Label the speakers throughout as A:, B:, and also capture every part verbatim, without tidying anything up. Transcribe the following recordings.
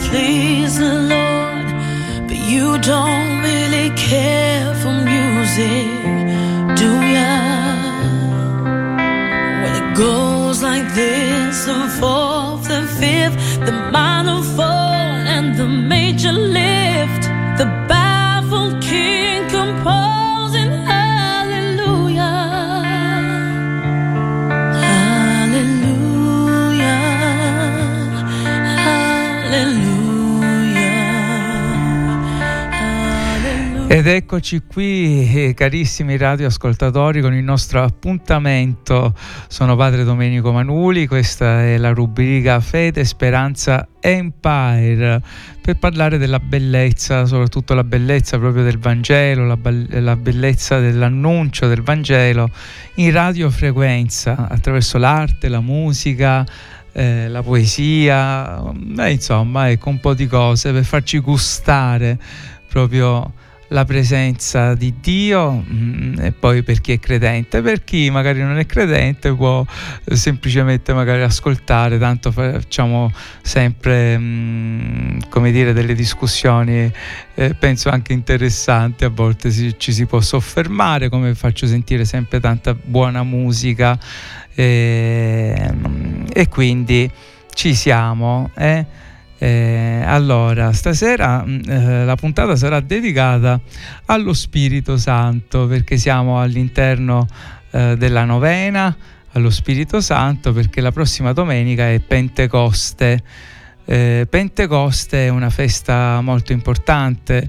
A: please the Lord, but you don't really care for music, do ya? When it goes like this, the fourth, the fifth, the minor fall and the major lift, the baffled king composing hallelujah, hallelujah, hallelujah, hallelujah.
B: Ed eccoci qui, eh, carissimi radioascoltatori, con il nostro appuntamento. Sono padre Domenico Manuli, questa è la rubrica Fede, Speranza, Empire, per parlare della bellezza, soprattutto la bellezza proprio del Vangelo, la, la bellezza dell'annuncio del Vangelo in radiofrequenza, attraverso l'arte, la musica, eh, la poesia, eh, insomma, ecco, un po' di cose per farci gustare proprio la presenza di Dio. mh, e poi per chi è credente, per chi magari non è credente può eh, semplicemente magari ascoltare, tanto facciamo sempre mh, come dire delle discussioni eh, penso anche interessanti, a volte si, ci si può soffermare, come faccio sentire sempre tanta buona musica e, e quindi ci siamo, eh? Eh, allora, stasera eh, la puntata sarà dedicata allo Spirito Santo, perché siamo all'interno eh, della novena allo Spirito Santo, perché la prossima domenica è Pentecoste. Eh, Pentecoste è una festa molto importante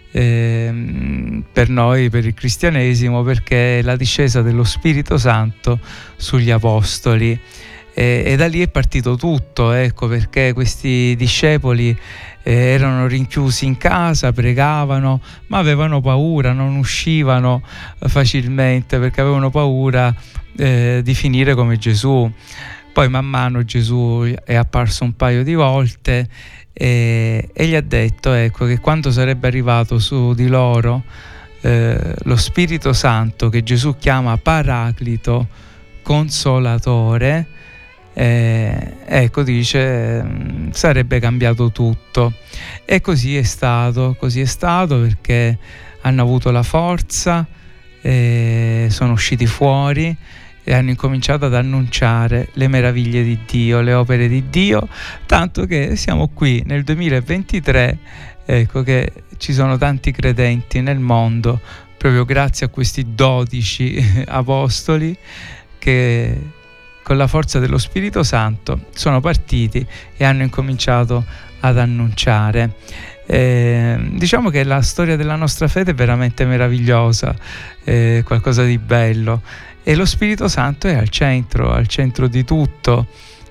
B: eh, per noi, per il cristianesimo, perché è la discesa dello Spirito Santo sugli Apostoli. E, e da lì è partito tutto, ecco, perché questi discepoli eh, erano rinchiusi in casa, pregavano, ma avevano paura, non uscivano eh, facilmente, perché avevano paura eh, di finire come Gesù. Poi man mano Gesù è apparso un paio di volte e, e gli ha detto, ecco, che quando sarebbe arrivato su di loro eh, lo Spirito Santo, che Gesù chiama Paraclito, Consolatore, Eh, ecco, dice, sarebbe cambiato tutto. E così è stato, così è stato, perché hanno avuto la forza, eh, sono usciti fuori e hanno incominciato ad annunciare le meraviglie di Dio, le opere di Dio, tanto che siamo qui nel duemilaventitré, ecco, che ci sono tanti credenti nel mondo proprio grazie a questi dodici apostoli che con la forza dello Spirito Santo sono partiti e hanno incominciato ad annunciare. Eh, diciamo che la storia della nostra fede è veramente meravigliosa, eh, qualcosa di bello, e lo Spirito Santo è al centro, al centro di tutto.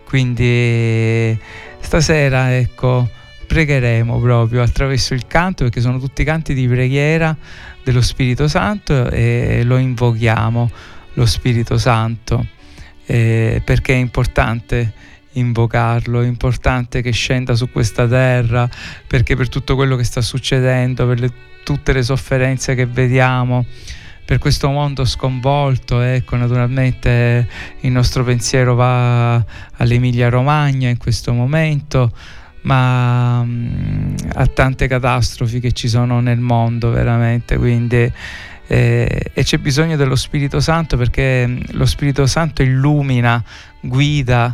B: Quindi stasera, ecco, pregheremo proprio attraverso il canto, perché sono tutti canti di preghiera dello Spirito Santo, e lo invochiamo, lo Spirito Santo. Eh, perché è importante invocarlo, è importante che scenda su questa terra, perché per tutto quello che sta succedendo, per le, tutte le sofferenze che vediamo, per questo mondo sconvolto, ecco, naturalmente il nostro pensiero va all'Emilia Romagna in questo momento, ma mh, a tante catastrofi che ci sono nel mondo veramente, quindi Eh, e c'è bisogno dello Spirito Santo, perché lo Spirito Santo illumina, guida,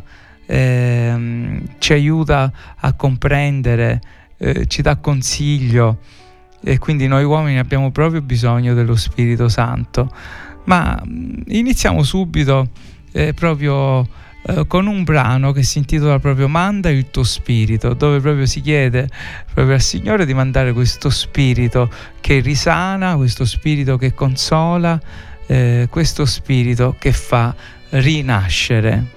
B: eh, ci aiuta a comprendere, eh, ci dà consiglio, e quindi noi uomini abbiamo proprio bisogno dello Spirito Santo. Ma iniziamo subito eh, proprio eh, con un brano che si intitola proprio Manda il tuo Spirito, dove proprio si chiede proprio al Signore di mandare questo Spirito che risana, questo Spirito che consola, eh, questo Spirito che fa rinascere.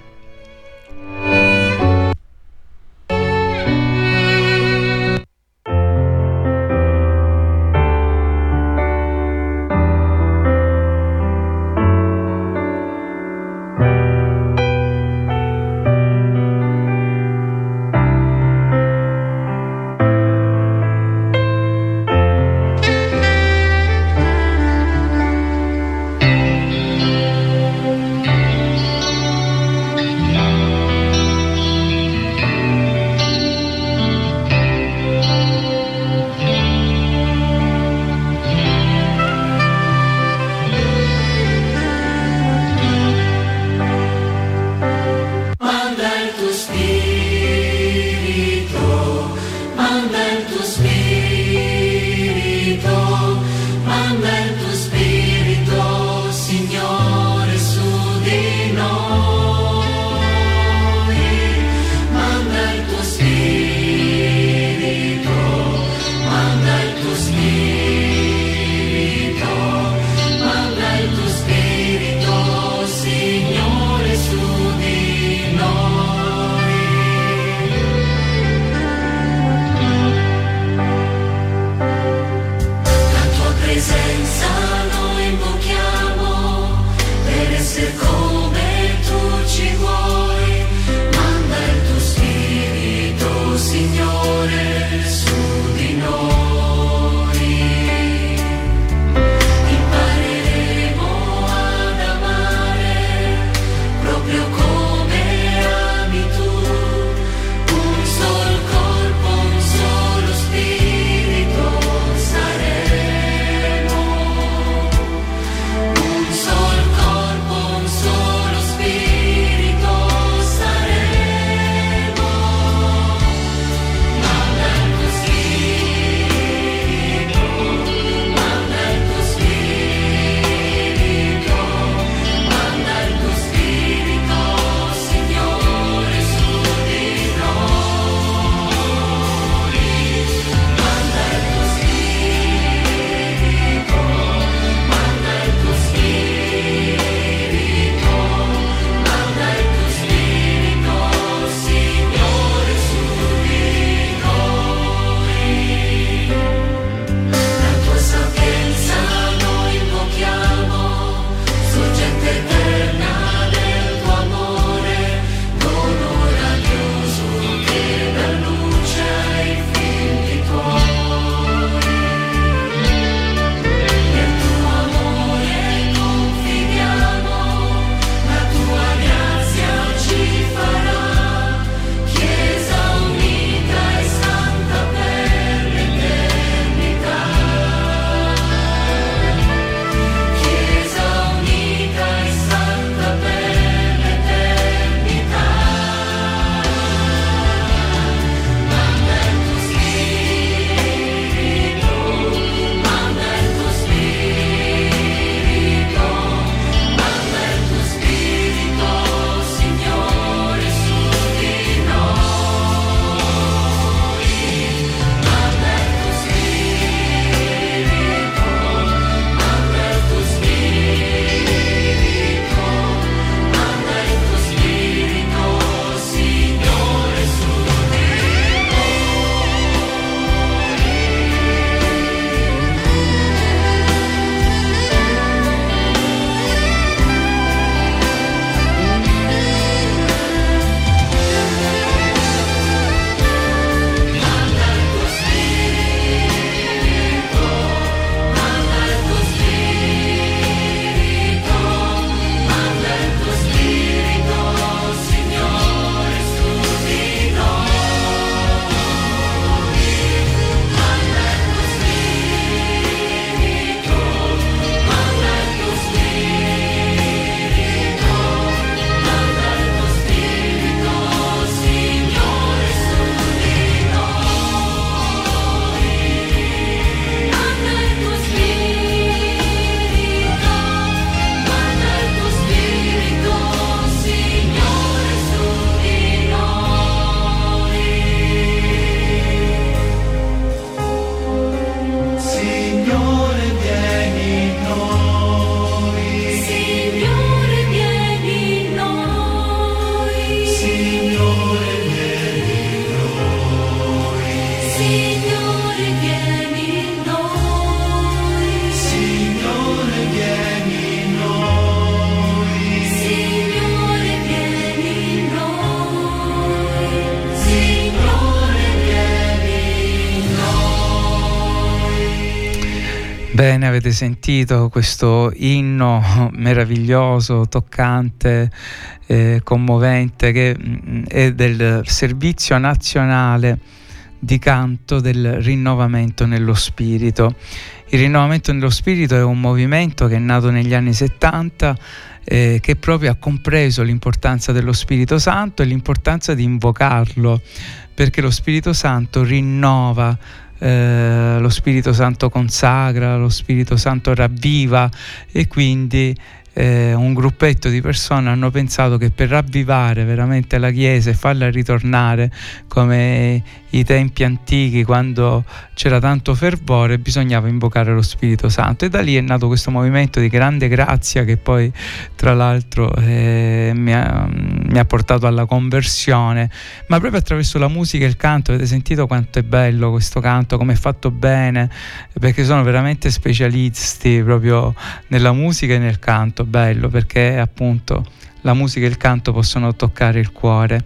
B: Bene, avete sentito questo inno meraviglioso, toccante, eh, commovente, che mh, è del Servizio Nazionale di Canto del Rinnovamento nello Spirito. Il Rinnovamento nello Spirito è un movimento che è nato negli anni settanta, eh, che proprio ha compreso l'importanza dello Spirito Santo e l'importanza di invocarlo, perché lo Spirito Santo rinnova, Eh, lo Spirito Santo consacra, lo Spirito Santo ravviva, e quindi eh, un gruppetto di persone hanno pensato che per ravvivare veramente la Chiesa e farla ritornare come i tempi antichi, quando c'era tanto fervore, bisognava invocare lo Spirito Santo, e da lì è nato questo movimento di grande grazia che poi tra l'altro eh, mi, ha, mi ha portato alla conversione, ma proprio attraverso la musica e il canto. Avete sentito quanto è bello questo canto, come è fatto bene, perché sono veramente specialisti proprio nella musica e nel canto. Bello, perché appunto la musica e il canto possono toccare il cuore.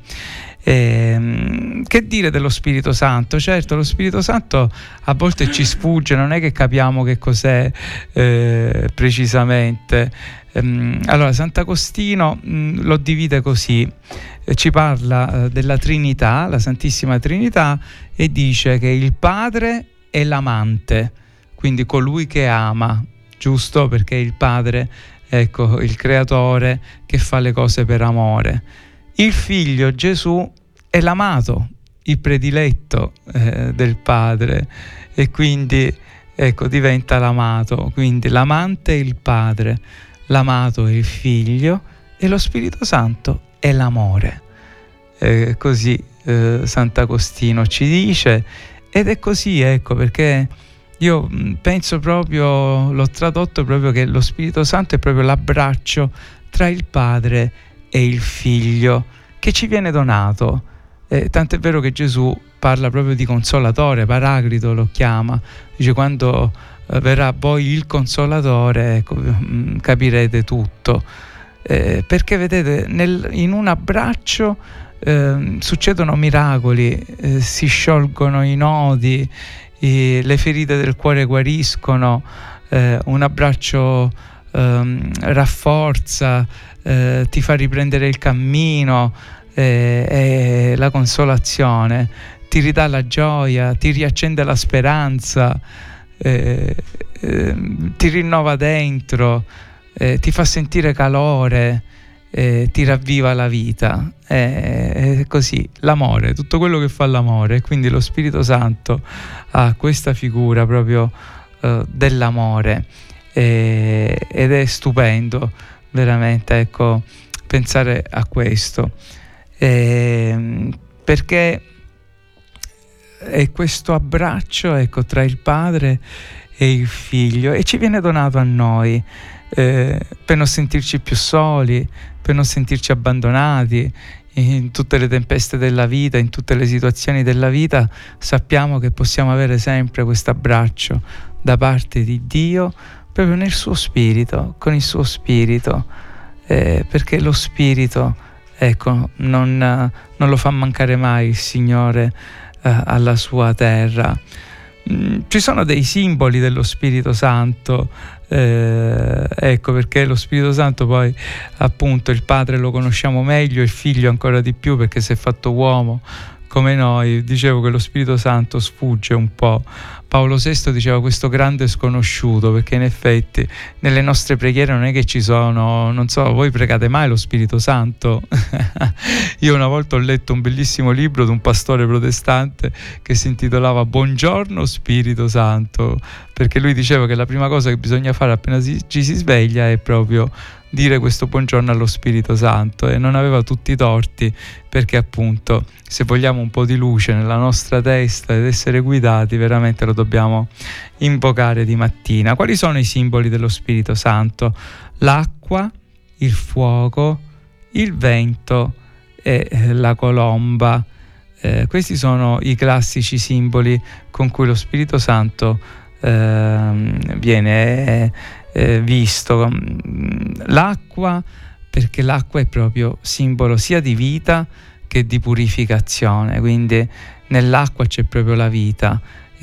B: Eh, che dire dello Spirito Santo? Certo, lo Spirito Santo a volte ci sfugge, non è che capiamo che cos'è eh, precisamente. Eh, allora Sant'Agostino mh, lo divide così, eh, ci parla eh, della Trinità, la Santissima Trinità, e dice che il Padre è l'amante, quindi colui che ama, giusto? Perché il Padre, ecco, il Creatore che fa le cose per amore. Il Figlio Gesù è l'amato, il prediletto eh, del Padre, e quindi ecco diventa l'amato. Quindi l'amante è il Padre, l'amato è il Figlio, e lo Spirito Santo è l'amore. Eh, così eh, Sant'Agostino ci dice, ed è così, ecco, perché io penso proprio, l'ho tradotto proprio, che lo Spirito Santo è proprio l'abbraccio tra il Padre e il Figlio che ci viene donato. Eh, tant'è vero che Gesù parla proprio di Consolatore, Paraclito lo chiama, dice: quando eh, verrà a voi il Consolatore, ecco, mh, capirete tutto. Eh, perché vedete, nel, in un abbraccio eh, succedono miracoli, eh, si sciolgono i nodi, i, le ferite del cuore guariscono, eh, un abbraccio eh, rafforza, eh, ti fa riprendere il cammino, eh, eh, la consolazione, ti ridà la gioia, ti riaccende la speranza, eh, eh, ti rinnova dentro, eh, ti fa sentire calore, eh, ti ravviva la vita. Eh, è così, l'amore, tutto quello che fa l'amore. Quindi lo Spirito Santo ha questa figura proprio eh, dell'amore, eh, ed è stupendo veramente, ecco, pensare a questo, eh, perché è questo abbraccio, ecco, tra il Padre e il Figlio, e ci viene donato a noi, eh, per non sentirci più soli, per non sentirci abbandonati in tutte le tempeste della vita, in tutte le situazioni della vita. Sappiamo che possiamo avere sempre questo abbraccio da parte di Dio, proprio nel suo Spirito, con il suo Spirito, eh, perché lo Spirito, ecco, non, non lo fa mancare mai il Signore eh, alla sua terra. Mm, ci sono dei simboli dello Spirito Santo, eh, ecco, perché lo Spirito Santo poi, appunto, il Padre lo conosciamo meglio, il Figlio ancora di più, perché si è fatto uomo come noi. Dicevo che lo Spirito Santo sfugge un po'. Paolo sesto diceva questo grande sconosciuto, perché in effetti nelle nostre preghiere non è che ci sono, non so, voi pregate mai lo Spirito Santo? Io una volta ho letto un bellissimo libro di un pastore protestante che si intitolava Buongiorno Spirito Santo, perché lui diceva che la prima cosa che bisogna fare appena si, ci si sveglia è proprio dire questo buongiorno allo Spirito Santo, e non aveva tutti i torti, perché appunto se vogliamo un po' di luce nella nostra testa ed essere guidati, veramente lo dobbiamo invocare di mattina. Quali sono i simboli dello Spirito Santo? L'acqua, il fuoco, il vento e la colomba. Eh, questi sono i classici simboli con cui lo Spirito Santo eh, viene eh, visto. L'acqua, perché l'acqua è proprio simbolo sia di vita che di purificazione, quindi nell'acqua c'è proprio la vita,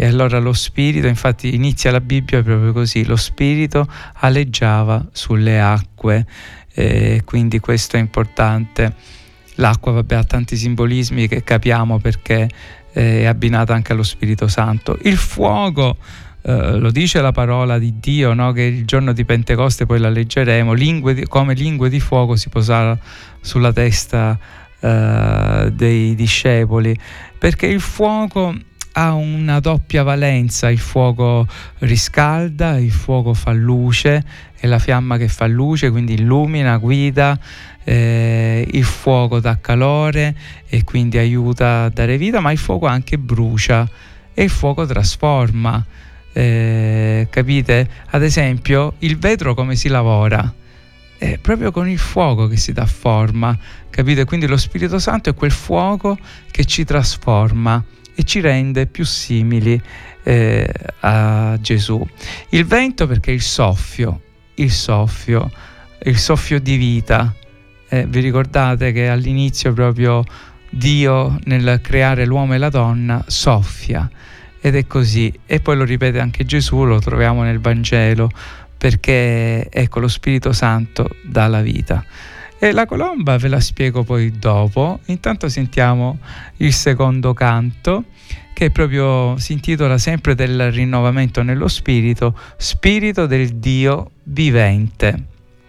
B: E allora lo spirito, infatti inizia la Bibbia proprio così, lo spirito aleggiava sulle acque, e quindi questo è importante. L'acqua, vabbè, ha tanti simbolismi che capiamo perché è abbinata anche allo Spirito Santo. Il fuoco, eh, lo dice la parola di Dio, no? Che il giorno di Pentecoste, poi la leggeremo, lingue di, come lingue di fuoco si posava sulla testa eh, dei discepoli, perché il fuoco ha una doppia valenza: il fuoco riscalda, il fuoco fa luce, è la fiamma che fa luce, quindi illumina, guida. Eh, il fuoco dà calore e quindi aiuta a dare vita, ma il fuoco anche brucia e il fuoco trasforma, eh, capite? Ad esempio, il vetro come si lavora? È proprio con il fuoco che si dà forma, capite? Quindi lo Spirito Santo è quel fuoco che ci trasforma e ci rende più simili eh, a Gesù. Il vento, perché il soffio, il soffio, il soffio di vita. Eh, vi ricordate che all'inizio proprio Dio, nel creare l'uomo e la donna, soffia, ed è così. E poi lo ripete anche Gesù, lo troviamo nel Vangelo, perché ecco, lo Spirito Santo dà la vita. E la colomba ve la spiego poi dopo. Intanto sentiamo il secondo canto, che proprio si intitola sempre del rinnovamento nello spirito, Spirito del Dio vivente.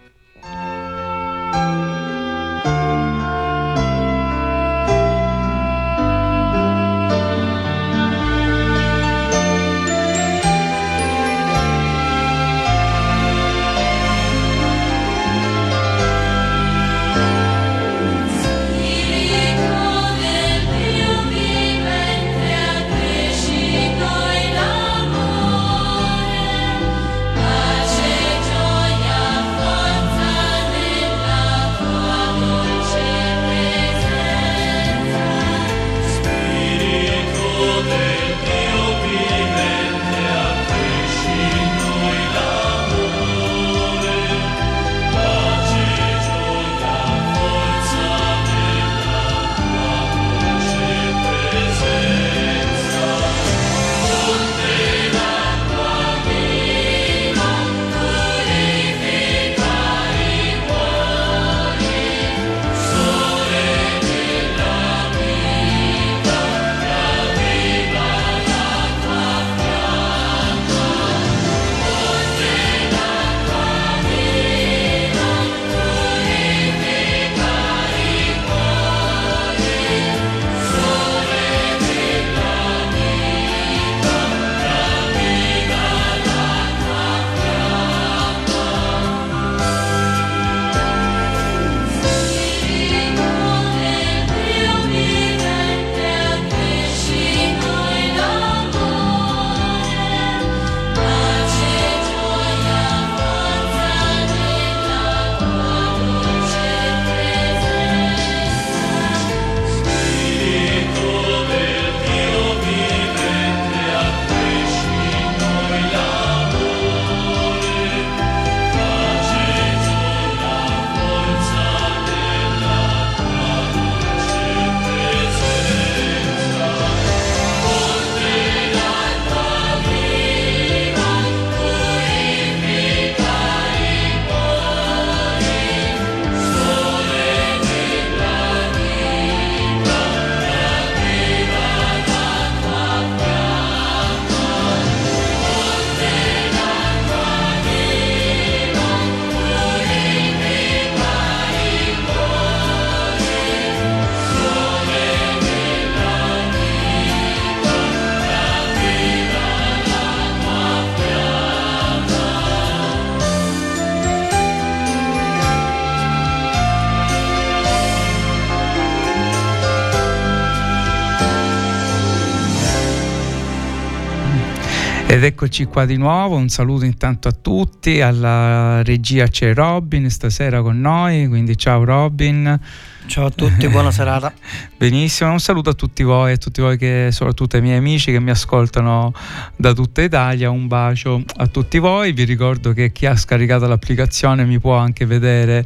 B: Ed eccoci qua di nuovo, un saluto intanto a tutti, alla regia c'è Robin stasera con noi, quindi ciao Robin.
C: Ciao a tutti, buona serata.
B: Benissimo, un saluto a tutti voi, a tutti voi che, soprattutto ai miei amici che mi ascoltano da tutta Italia, un bacio a tutti voi. Vi ricordo che chi ha scaricato l'applicazione mi può anche vedere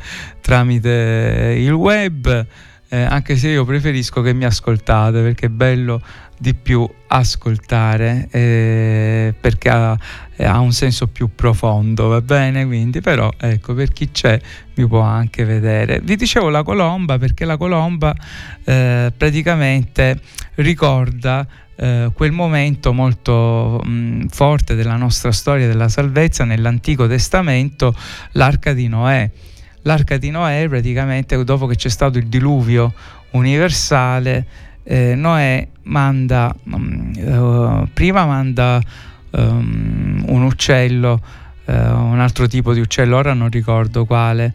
B: tramite il web, eh, anche se io preferisco che mi ascoltate perché è bello di più ascoltare, eh, perché ha, ha un senso più profondo, va bene? Quindi però ecco, per chi c'è mi può anche vedere. Vi dicevo la colomba perché la colomba eh, praticamente ricorda eh, quel momento molto mh, forte della nostra storia della salvezza nell'Antico Testamento, l'arca di Noè. L'arca di Noè praticamente, dopo che c'è stato il diluvio universale, eh, Noè manda um, uh, prima manda um, un uccello, uh, un altro tipo di uccello, ora non ricordo quale,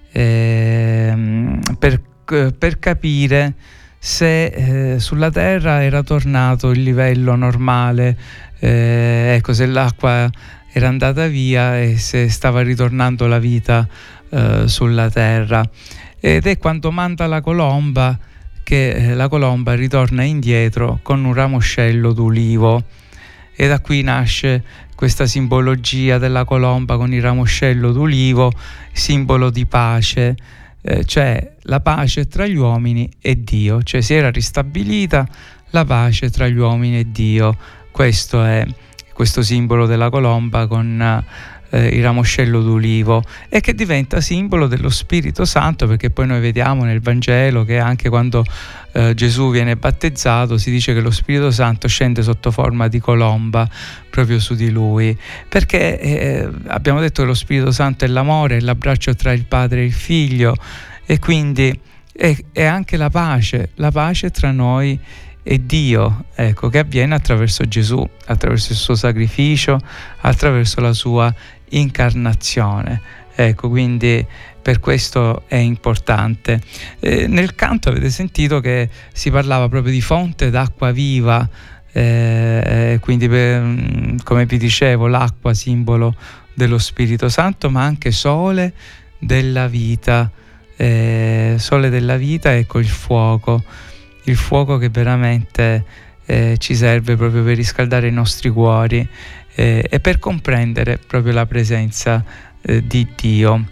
B: eh, per, per capire se eh, sulla terra era tornato il livello normale, eh, ecco, se l'acqua era andata via e se stava ritornando la vita eh, sulla terra. Ed è quando manda la colomba che eh, la colomba ritorna indietro con un ramoscello d'ulivo, e da qui nasce questa simbologia della colomba con il ramoscello d'ulivo, simbolo di pace, eh, cioè la pace tra gli uomini e Dio, cioè si era ristabilita la pace tra gli uomini e Dio. Questo è questo simbolo della colomba con eh, il ramoscello d'ulivo, e che diventa simbolo dello Spirito Santo, perché poi noi vediamo nel Vangelo che anche quando eh, Gesù viene battezzato si dice che lo Spirito Santo scende sotto forma di colomba proprio su di lui, perché eh, abbiamo detto che lo Spirito Santo è l'amore, è l'abbraccio tra il Padre e il Figlio, e quindi è, è anche la pace, la pace tra noi e Dio, ecco, che avviene attraverso Gesù, attraverso il suo sacrificio, attraverso la sua incarnazione. Ecco, quindi per questo è importante. Eh, nel canto avete sentito che si parlava proprio di fonte d'acqua viva, eh, quindi per, come vi dicevo, l'acqua simbolo dello Spirito Santo, ma anche sole della vita, eh, sole della vita, ecco il fuoco. Il fuoco che veramente eh, ci serve proprio per riscaldare i nostri cuori eh, e per comprendere proprio la presenza eh, di Dio.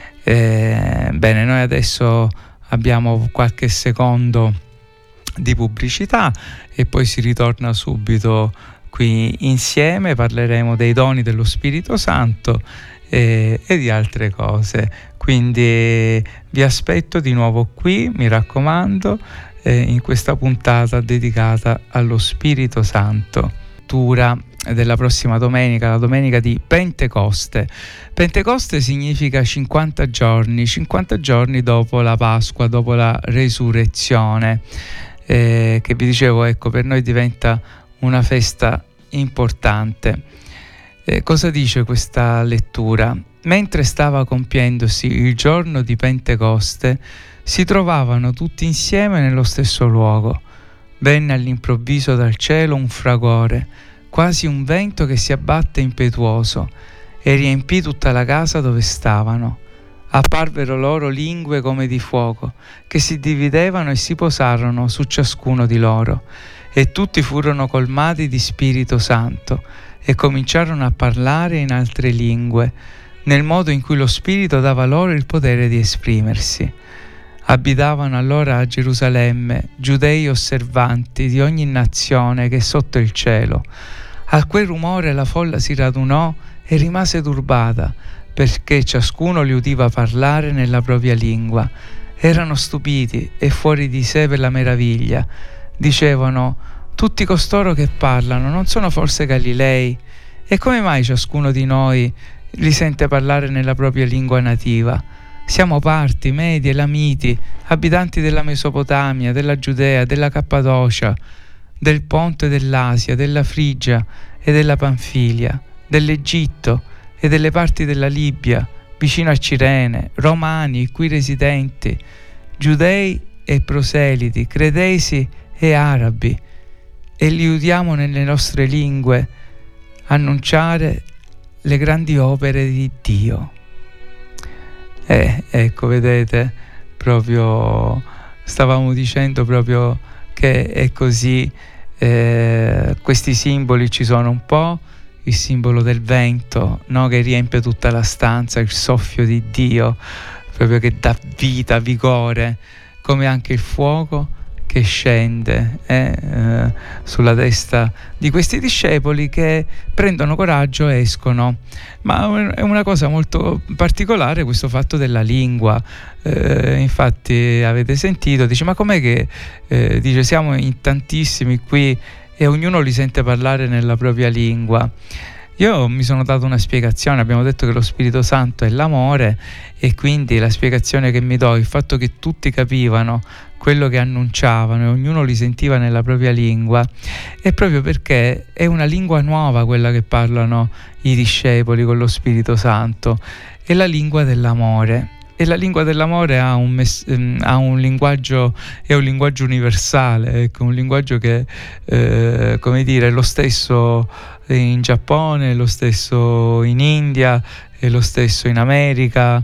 B: Eh, bene, noi adesso abbiamo qualche secondo di pubblicità e poi si ritorna subito qui insieme. Parleremo dei doni dello Spirito Santo e, e di altre cose. Quindi vi aspetto di nuovo qui, mi raccomando, in questa puntata dedicata allo Spirito Santo. Lettura della prossima domenica, la domenica di Pentecoste. Pentecoste significa cinquanta giorni, cinquanta giorni dopo la Pasqua, dopo la resurrezione, eh, che vi dicevo, ecco, per noi diventa una festa importante. Eh, cosa dice questa lettura? Mentre stava compiendosi il giorno di Pentecoste, si trovavano tutti insieme nello stesso luogo. Venne all'improvviso dal cielo un fragore, quasi un vento che si abbatte impetuoso, e riempì tutta la casa dove stavano. Apparvero loro lingue come di fuoco, che si dividevano e si posarono su ciascuno di loro, e tutti furono colmati di Spirito Santo, e cominciarono a parlare in altre lingue, nel modo in cui lo Spirito dava loro il potere di esprimersi. Abitavano allora a Gerusalemme giudei osservanti di ogni nazione che è sotto il cielo. A quel rumore la folla si radunò e rimase turbata, perché ciascuno li udiva parlare nella propria lingua. Erano stupiti e fuori di sé per la meraviglia. Dicevano: tutti costoro che parlano non sono forse Galilei? E come mai ciascuno di noi li sente parlare nella propria lingua nativa? Siamo parti, Medi, Elamiti, abitanti della Mesopotamia, della Giudea, della Cappadocia, del Ponte dell'Asia, della Frigia e della Panfilia, dell'Egitto e delle parti della Libia, vicino a Cirene, romani qui residenti, giudei e proseliti, credesi e arabi, e li udiamo nelle nostre lingue annunciare le grandi opere di Dio. Eh, ecco, vedete, proprio stavamo dicendo proprio che è così. Eh, questi simboli ci sono un po', il simbolo del vento, no, che riempie tutta la stanza, il soffio di Dio, proprio che dà vita, vigore, come anche il fuoco che scende eh, eh, sulla testa di questi discepoli, che prendono coraggio e escono. Ma è una cosa molto particolare questo fatto della lingua. Eh, infatti avete sentito, dice: ma com'è che eh, dice siamo in tantissimi qui e ognuno li sente parlare nella propria lingua? Io mi sono dato una spiegazione. Abbiamo detto che lo Spirito Santo è l'amore, e quindi la spiegazione che mi do, il fatto che tutti capivano quello che annunciavano e ognuno li sentiva nella propria lingua, è proprio perché è una lingua nuova quella che parlano i discepoli con lo Spirito Santo, è la lingua dell'amore. E la lingua dell'amore ha un, mess- ha un linguaggio, è un linguaggio universale, ecco, un linguaggio che eh, come dire, è lo stesso in Giappone, è lo stesso in India, è lo stesso in America,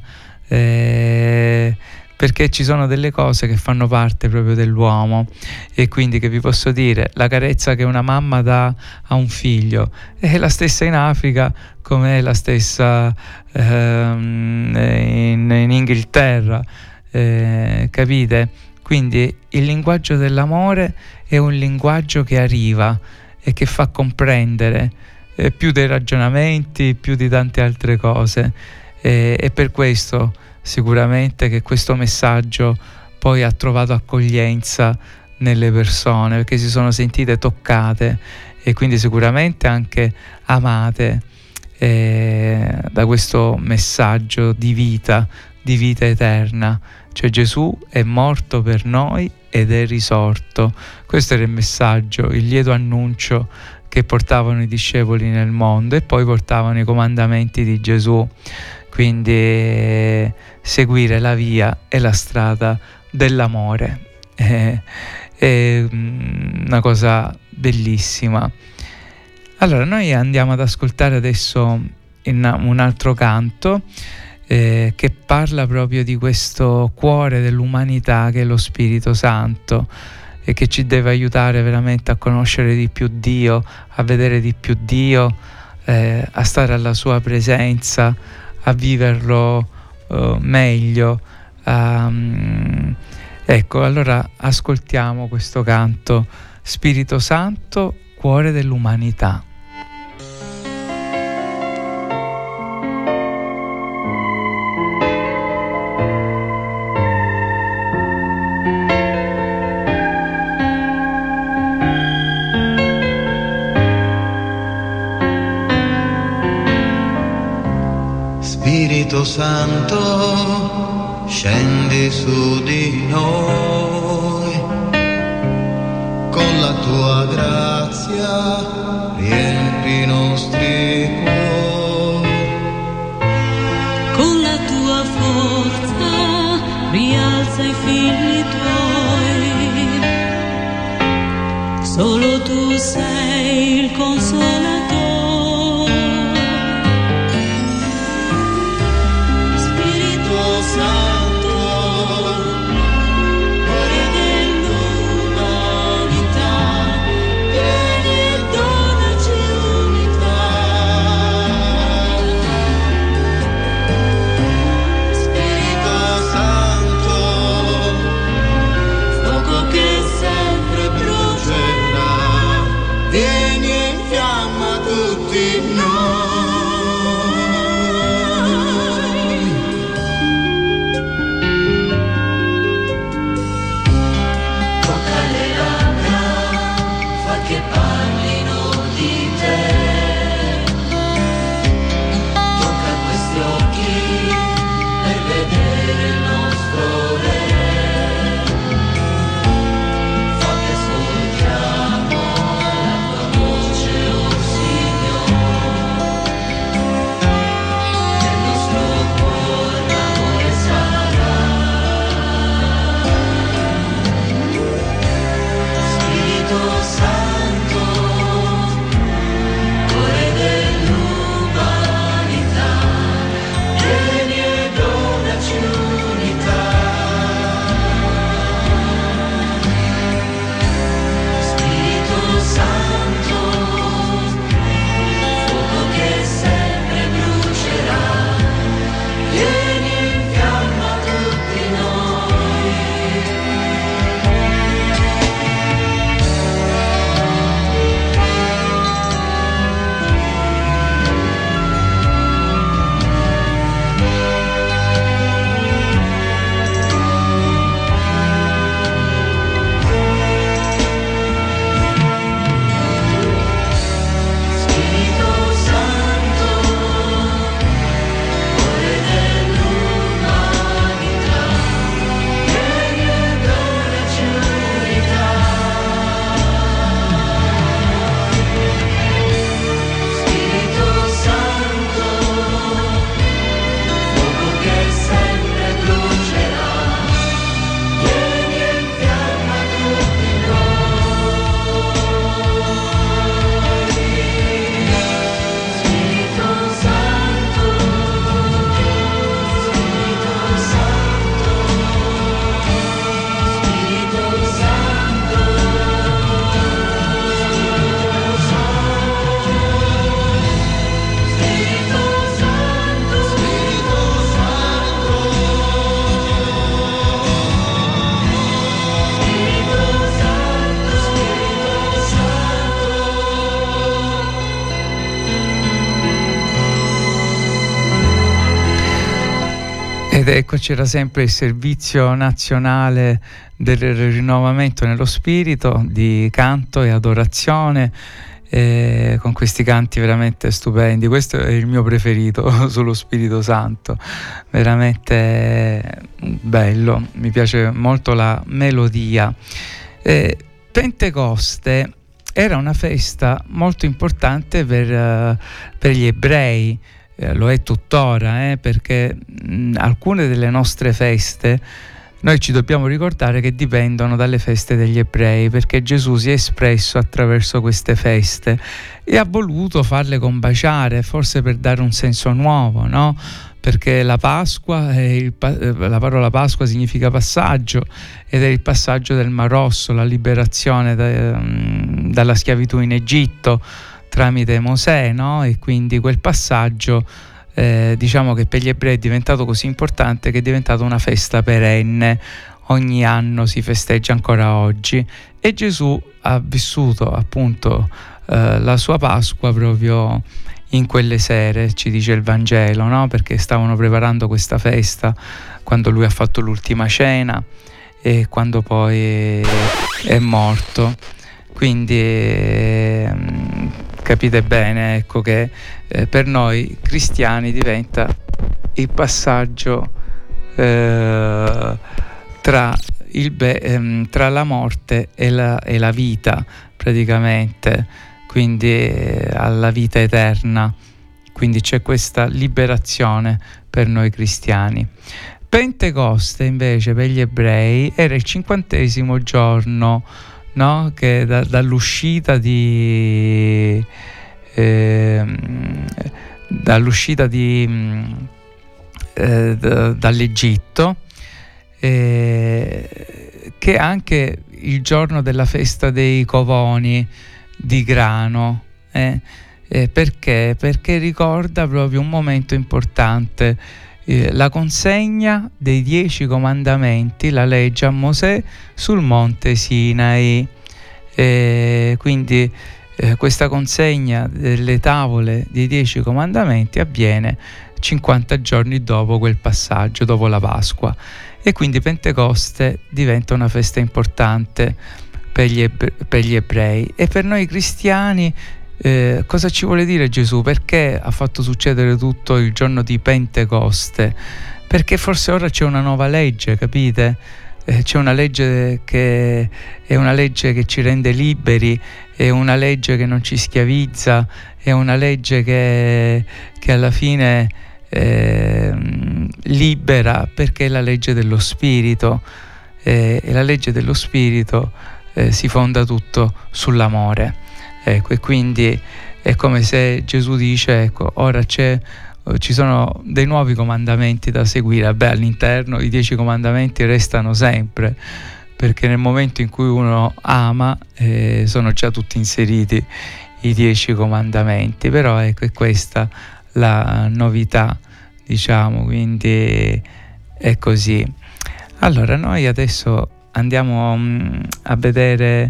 B: eh, perché ci sono delle cose che fanno parte proprio dell'uomo. E quindi, che vi posso dire, la carezza che una mamma dà a un figlio è la stessa in Africa come è la stessa ehm, in, in Inghilterra, eh, capite? Quindi il linguaggio dell'amore è un linguaggio che arriva e che fa comprendere eh, più dei ragionamenti, più di tante altre cose, eh, e per questo sicuramente che questo messaggio poi ha trovato accoglienza nelle persone, perché si sono sentite toccate e quindi sicuramente anche amate eh, da questo messaggio di vita, di vita eterna. Cioè Gesù è morto per noi ed è risorto. Questo era il messaggio, il lieto annuncio che portavano i discepoli nel mondo, e poi portavano i comandamenti di Gesù. Quindi eh, seguire la via e la strada dell'amore eh, è una cosa bellissima. Allora noi andiamo ad ascoltare adesso in un altro canto eh, che parla proprio di questo cuore dell'umanità che è lo Spirito Santo, e che ci deve aiutare veramente a conoscere di più Dio, a vedere di più Dio, eh, a stare alla sua presenza, a viverlo uh, meglio. Um, ecco, allora ascoltiamo questo canto: Spirito Santo, cuore dell'umanità.
D: Spirito Santo, scendi su di noi, con la tua grazia riempi i nostri cuori,
A: con la tua forza rialza i figli tuoi, solo tu sei il consolatore.
D: vieni e infiamma
B: ed ecco, c'era sempre il servizio nazionale del rinnovamento nello spirito di canto e adorazione, eh, con questi canti veramente stupendi. Questo è il mio preferito sullo Spirito Santo, veramente bello, mi piace molto la melodia. eh, Pentecoste era una festa molto importante per, uh, per gli ebrei, eh, lo è tuttora, eh, perché mh, alcune delle nostre feste noi ci dobbiamo ricordare che dipendono dalle feste degli ebrei, perché Gesù si è espresso attraverso queste feste e ha voluto farle combaciare, forse per dare un senso nuovo, no? Perché la Pasqua, è il, la parola Pasqua significa passaggio, ed è il passaggio del Mar Rosso, la liberazione da, dalla schiavitù in Egitto tramite Mosè, no? E quindi quel passaggio, eh, diciamo che per gli ebrei è diventato così importante che è diventata una festa perenne, ogni anno si festeggia ancora oggi, e Gesù ha vissuto appunto eh, la sua Pasqua proprio in quelle sere, ci dice il Vangelo, no? Perché stavano preparando questa festa quando lui ha fatto l'ultima cena e quando poi è morto. Quindi eh, capite bene, ecco, che eh, per noi cristiani diventa il passaggio eh, tra, il be- ehm, tra la morte e la, e la vita, praticamente, quindi eh, alla vita eterna. Quindi c'è questa liberazione per noi cristiani. Pentecoste invece per gli ebrei era il cinquantesimo giorno, no? Che da, dall'uscita di eh, dall'uscita di eh, d- dall'Egitto, eh, che è anche il giorno della festa dei covoni di grano, eh? Eh, perché? Perché ricorda proprio un momento importante, eh, la consegna dei dieci comandamenti, la legge a Mosè sul monte Sinai. Eh, quindi eh, questa consegna delle tavole dei dieci comandamenti avviene cinquanta giorni dopo quel passaggio, dopo la Pasqua, e quindi Pentecoste diventa una festa importante per gli, ebre- per gli ebrei. E per noi cristiani eh, cosa ci vuole dire Gesù? Perché ha fatto succedere tutto il giorno di Pentecoste? Perché forse ora c'è una nuova legge, capite? Eh, c'è una legge che è una legge che ci rende liberi, è una legge che non ci schiavizza, è una legge che, che alla fine eh, libera, perché è la legge dello Spirito, eh, e la legge dello Spirito eh, si fonda tutto sull'amore. Ecco, e quindi è come se Gesù dice, ecco, ora c'è, ci sono dei nuovi comandamenti da seguire. Beh, all'interno i dieci comandamenti restano sempre, perché nel momento in cui uno ama eh, sono già tutti inseriti i dieci comandamenti, però ecco, è questa la novità, diciamo, quindi è così. Allora noi adesso andiamo um, a vedere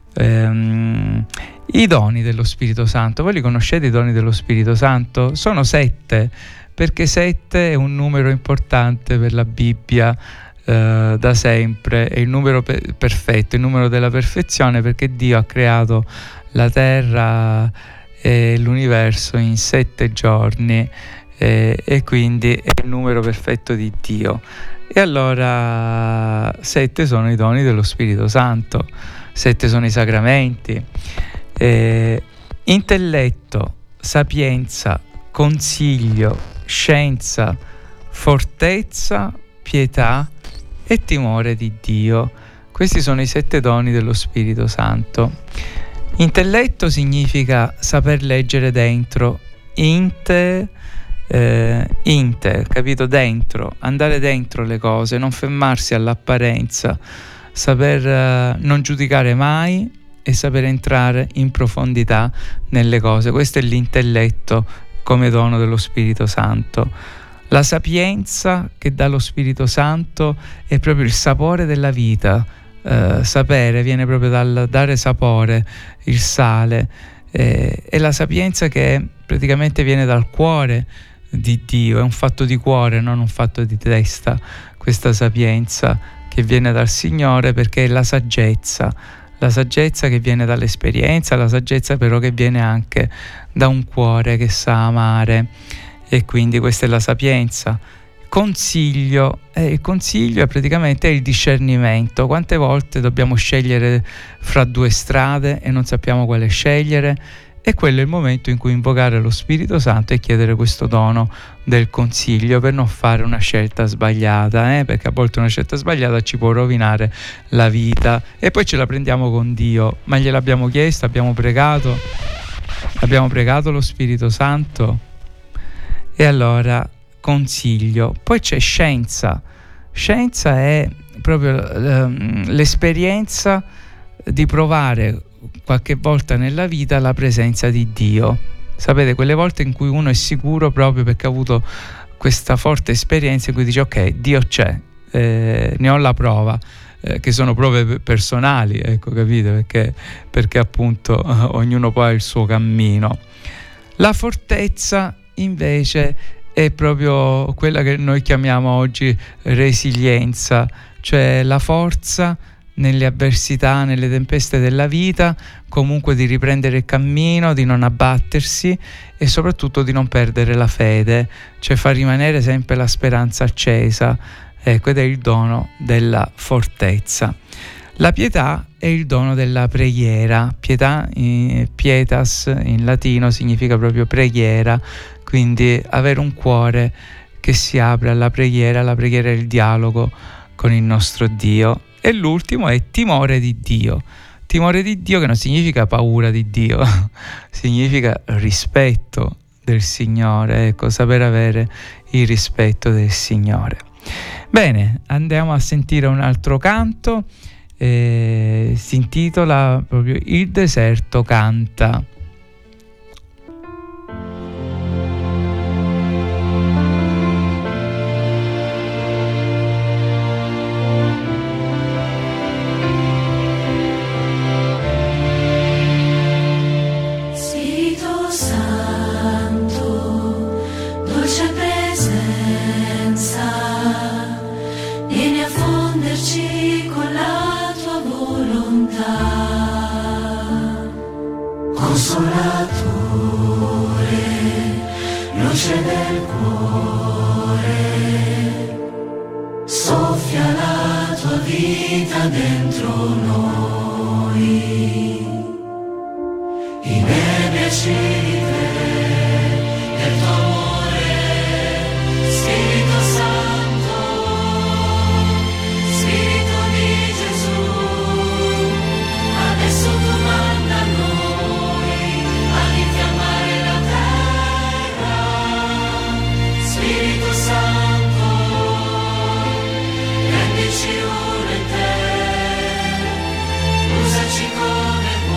B: um, i doni dello Spirito Santo. Voi li conoscete i doni dello Spirito Santo? Sono sette, perché sette è un numero importante per la Bibbia eh, da sempre, è il numero pe- perfetto, il numero della perfezione, perché Dio ha creato la terra e l'universo in sette giorni eh, e quindi è il numero perfetto di Dio. E allora sette sono i doni dello Spirito Santo, sette sono i sacramenti. Eh, intelletto, sapienza, consiglio, scienza, fortezza, pietà e timore di Dio. Questi sono i sette doni dello Spirito Santo. Intelletto significa saper leggere dentro, inte, eh, inte, capito? Dentro, andare dentro le cose, non fermarsi all'apparenza, saper eh, non giudicare mai e saper entrare in profondità nelle cose. Questo è l'intelletto come dono dello Spirito Santo. La sapienza che dà lo Spirito Santo è proprio il sapore della vita. Eh, sapere viene proprio dal dare sapore, il sale, eh, e la sapienza che praticamente viene dal cuore di Dio, è un fatto di cuore, non un fatto di testa, questa sapienza che viene dal Signore, perché è la saggezza, la saggezza che viene dall'esperienza, la saggezza però che viene anche da un cuore che sa amare, e quindi questa è la sapienza. Consiglio, eh, il consiglio è praticamente il discernimento. Quante volte dobbiamo scegliere fra due strade e non sappiamo quale scegliere? E quello è il momento in cui invocare lo Spirito Santo e chiedere questo dono del consiglio per non fare una scelta sbagliata, eh? Perché a volte una scelta sbagliata ci può rovinare la vita e poi ce la prendiamo con Dio. Ma gliel'abbiamo chiesto, abbiamo pregato, abbiamo pregato lo Spirito Santo, e allora consiglio. Poi c'è scienza. Scienza è proprio l'esperienza di provare qualche volta nella vita la presenza di Dio. Sapete, quelle volte in cui uno è sicuro proprio perché ha avuto questa forte esperienza in cui dice ok, Dio c'è, eh, ne ho la prova, eh, che sono prove personali, ecco, capite? Perché, perché appunto eh, ognuno poi ha il suo cammino. La fortezza invece è proprio quella che noi chiamiamo oggi resilienza, cioè la forza nelle avversità, nelle tempeste della vita, comunque di riprendere il cammino, di non abbattersi e soprattutto di non perdere la fede, cioè far rimanere sempre la speranza accesa. Ecco, ed è il dono della fortezza. La pietà è il dono della preghiera. Pietà, eh, pietas in latino significa proprio preghiera, quindi avere un cuore che si apre alla preghiera. La preghiera è il dialogo con il nostro Dio. E l'ultimo è timore di Dio. Timore di Dio che non significa paura di Dio, significa rispetto del Signore, ecco, saper avere il rispetto del Signore. Bene, andiamo a sentire un altro canto, eh, si intitola proprio Il deserto canta.
E: Consolatore, luce del cuore, soffia la tua vita dentro noi, i nebbie acide del tuo amore, Spirito Santo, Spirito di Gesù, adesso tu manda a noi ad infiammare la terra. Spirito Santo, rendici uno in te, usaci come vuoi.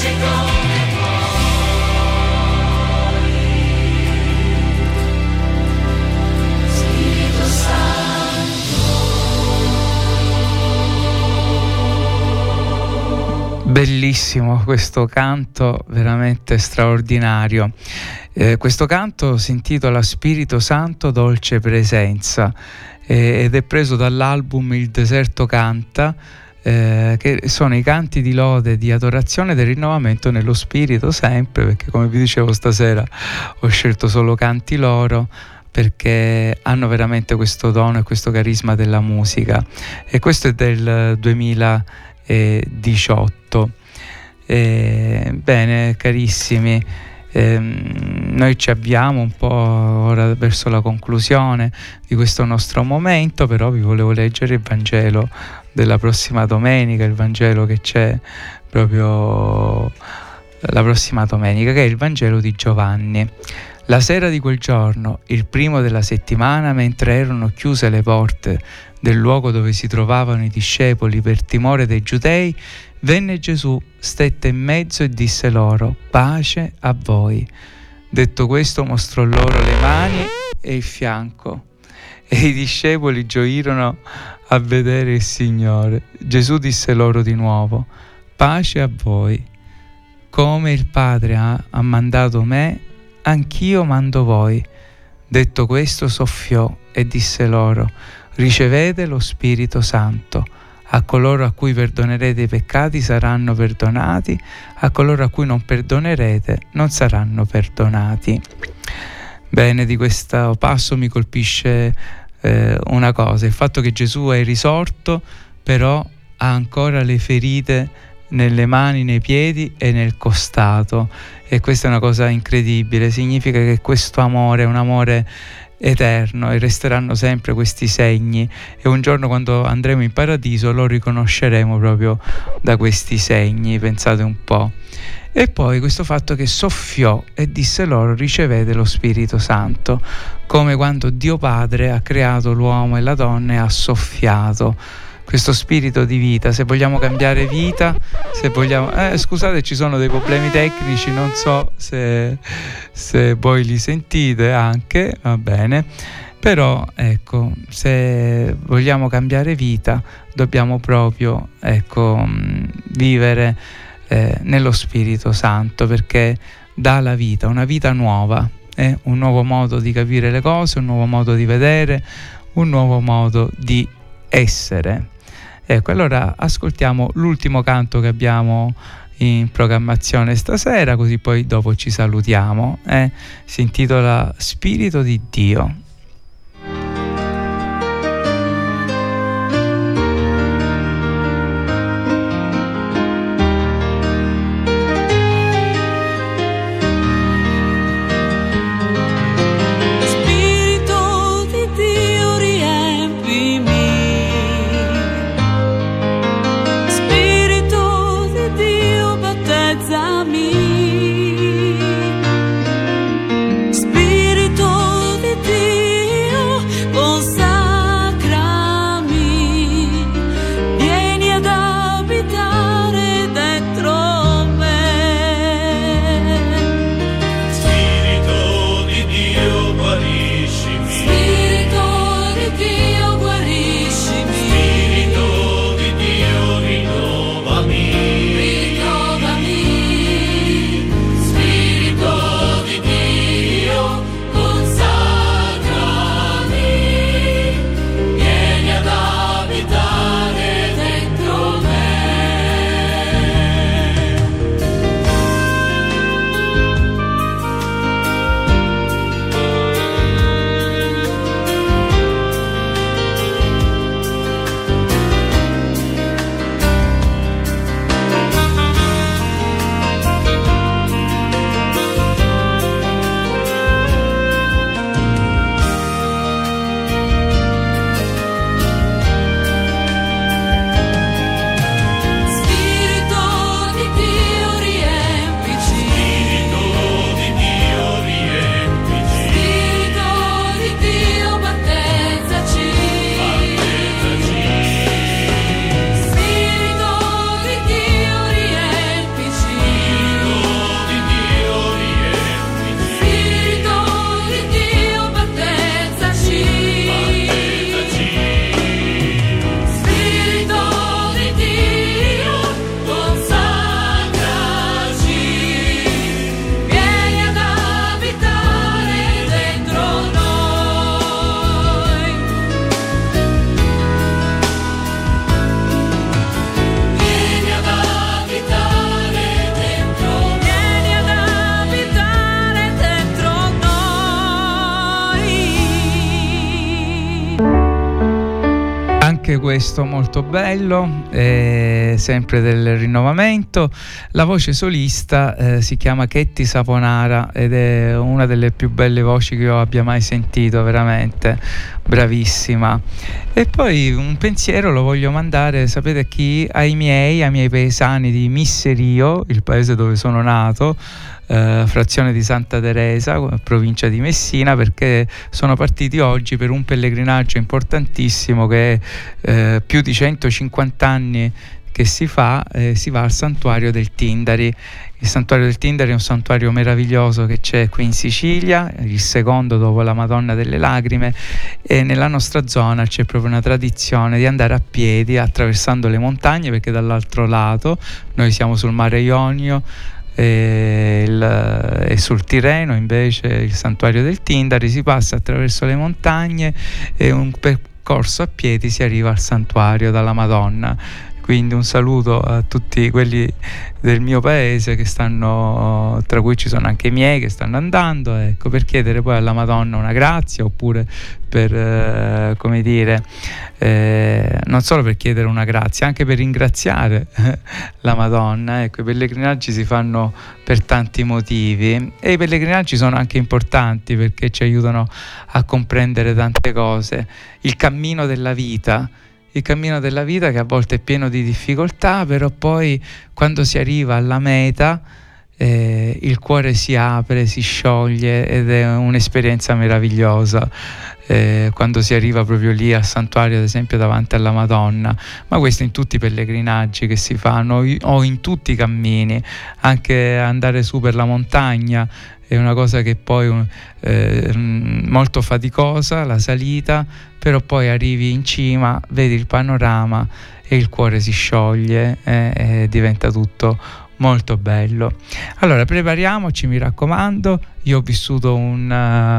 B: Bellissimo questo canto, veramente straordinario. Eh, questo canto si intitola Spirito Santo, dolce presenza, eh, ed è preso dall'album Il deserto canta, eh, che sono i canti di lode, di adorazione, del rinnovamento nello spirito, sempre, perché come vi dicevo stasera ho scelto solo canti loro, perché hanno veramente questo dono e questo carisma della musica. E questo è del duemiladiciotto. Eh, bene, carissimi, ehm, noi ci avviamo un po' ora verso la conclusione di questo nostro momento, però vi volevo leggere il Vangelo della prossima domenica, il Vangelo che c'è proprio la prossima domenica, che è il Vangelo di Giovanni. La sera di quel giorno, il primo della settimana, mentre erano chiuse le porte del luogo dove si trovavano i discepoli per timore dei giudei, venne Gesù, stette in mezzo e disse loro: pace a voi. Detto questo, mostrò loro le mani e il fianco, e i discepoli gioirono a vedere il Signore. Gesù disse loro di nuovo: pace a voi. Come il Padre ha, ha mandato me, anch'io mando voi. Detto questo, soffiò e disse loro: ricevete lo Spirito Santo. A coloro a cui perdonerete i peccati saranno perdonati, a coloro a cui non perdonerete non saranno perdonati. Bene, di questo passo mi colpisce eh, una cosa, il fatto che Gesù è risorto, però ha ancora le ferite nelle mani, nei piedi e nel costato, e questa è una cosa incredibile. Significa che questo amore è un amore eterno e resteranno sempre questi segni, e un giorno, quando andremo in paradiso, lo riconosceremo proprio da questi segni. Pensate un po'. E poi questo fatto che soffiò e disse loro: ricevete lo Spirito Santo, come quando Dio Padre ha creato l'uomo e la donna e ha soffiato questo spirito di vita. Se vogliamo cambiare vita, se vogliamo eh, scusate, ci sono dei problemi tecnici, non so se, se voi li sentite anche, va bene, però ecco, se vogliamo cambiare vita dobbiamo proprio ecco vivere eh, nello Spirito Santo, perché dà la vita, una vita nuova, eh? un nuovo modo di capire le cose, un nuovo modo di vedere, un nuovo modo di essere. Ecco, allora ascoltiamo l'ultimo canto che abbiamo in programmazione stasera, così poi dopo ci salutiamo. Eh? Si intitola Spirito di Dio.
E: Rinnovami.
B: anche questo molto bello, eh, sempre del rinnovamento. La voce solista eh, si chiama Ketty Saponara ed è una delle più belle voci che io abbia mai sentito, veramente bravissima. E poi un pensiero lo voglio mandare, sapete a chi? Ai miei, ai miei paesani di Misserio, il paese dove sono nato, Eh, frazione di Santa Teresa, provincia di Messina, perché sono partiti oggi per un pellegrinaggio importantissimo che è eh, più di centocinquanta anni che si fa, eh, si va al santuario del Tindari. Il santuario del Tindari è un santuario meraviglioso che c'è qui in Sicilia, il secondo dopo la Madonna delle Lacrime, e nella nostra zona c'è proprio una tradizione di andare a piedi attraversando le montagne, perché dall'altro lato noi siamo sul mare Ionio, E, il, e sul Tirreno invece il santuario del Tindari, si passa attraverso le montagne e un percorso a piedi si arriva al santuario dalla Madonna. Quindi un saluto a tutti quelli del mio paese che stanno, tra cui ci sono anche i miei che stanno andando, ecco, per chiedere poi alla Madonna una grazia, oppure per eh, come dire eh, non solo per chiedere una grazia, anche per ringraziare la Madonna. Ecco, i pellegrinaggi si fanno per tanti motivi e i pellegrinaggi sono anche importanti perché ci aiutano a comprendere tante cose. Il cammino della vita il cammino della vita che a volte è pieno di difficoltà, però poi quando si arriva alla meta eh, il cuore si apre, si scioglie ed è un'esperienza meravigliosa. Eh, quando si arriva proprio lì al santuario, ad esempio davanti alla Madonna, ma questo in tutti i pellegrinaggi che si fanno o in tutti i cammini, anche andare su per la montagna è una cosa che poi eh, molto faticosa, la salita, però poi arrivi in cima, vedi il panorama e il cuore si scioglie eh, e diventa tutto molto bello. Allora prepariamoci, mi raccomando. Io ho vissuto un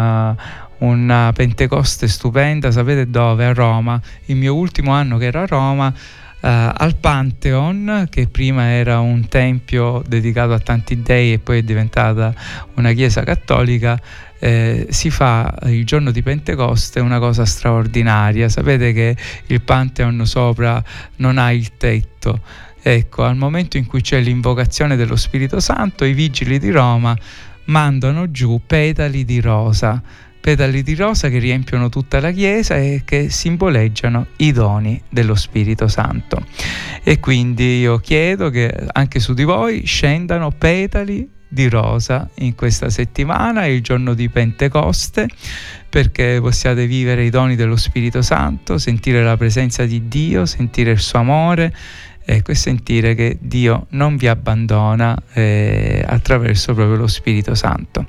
B: uh, una Pentecoste stupenda, sapete dove? A Roma, il mio ultimo anno che ero a Roma, Uh, al Pantheon, che prima era un tempio dedicato a tanti dei e poi è diventata una chiesa cattolica. Eh, si fa il giorno di Pentecoste una cosa straordinaria. Sapete che il Pantheon sopra non ha il tetto. Ecco, al momento in cui c'è l'invocazione dello Spirito Santo, i vigili di Roma mandano giù petali di rosa petali di rosa che riempiono tutta la chiesa e che simboleggiano i doni dello Spirito Santo. E quindi io chiedo che anche su di voi scendano petali di rosa in questa settimana, il giorno di Pentecoste, perché possiate vivere i doni dello Spirito Santo, sentire la presenza di Dio, sentire il suo amore, ecco, e sentire che Dio non vi abbandona eh, attraverso proprio lo Spirito Santo.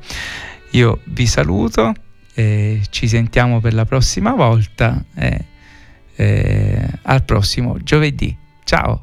B: Io vi saluto. Eh, ci sentiamo per la prossima volta, eh, eh, al prossimo giovedì. Ciao!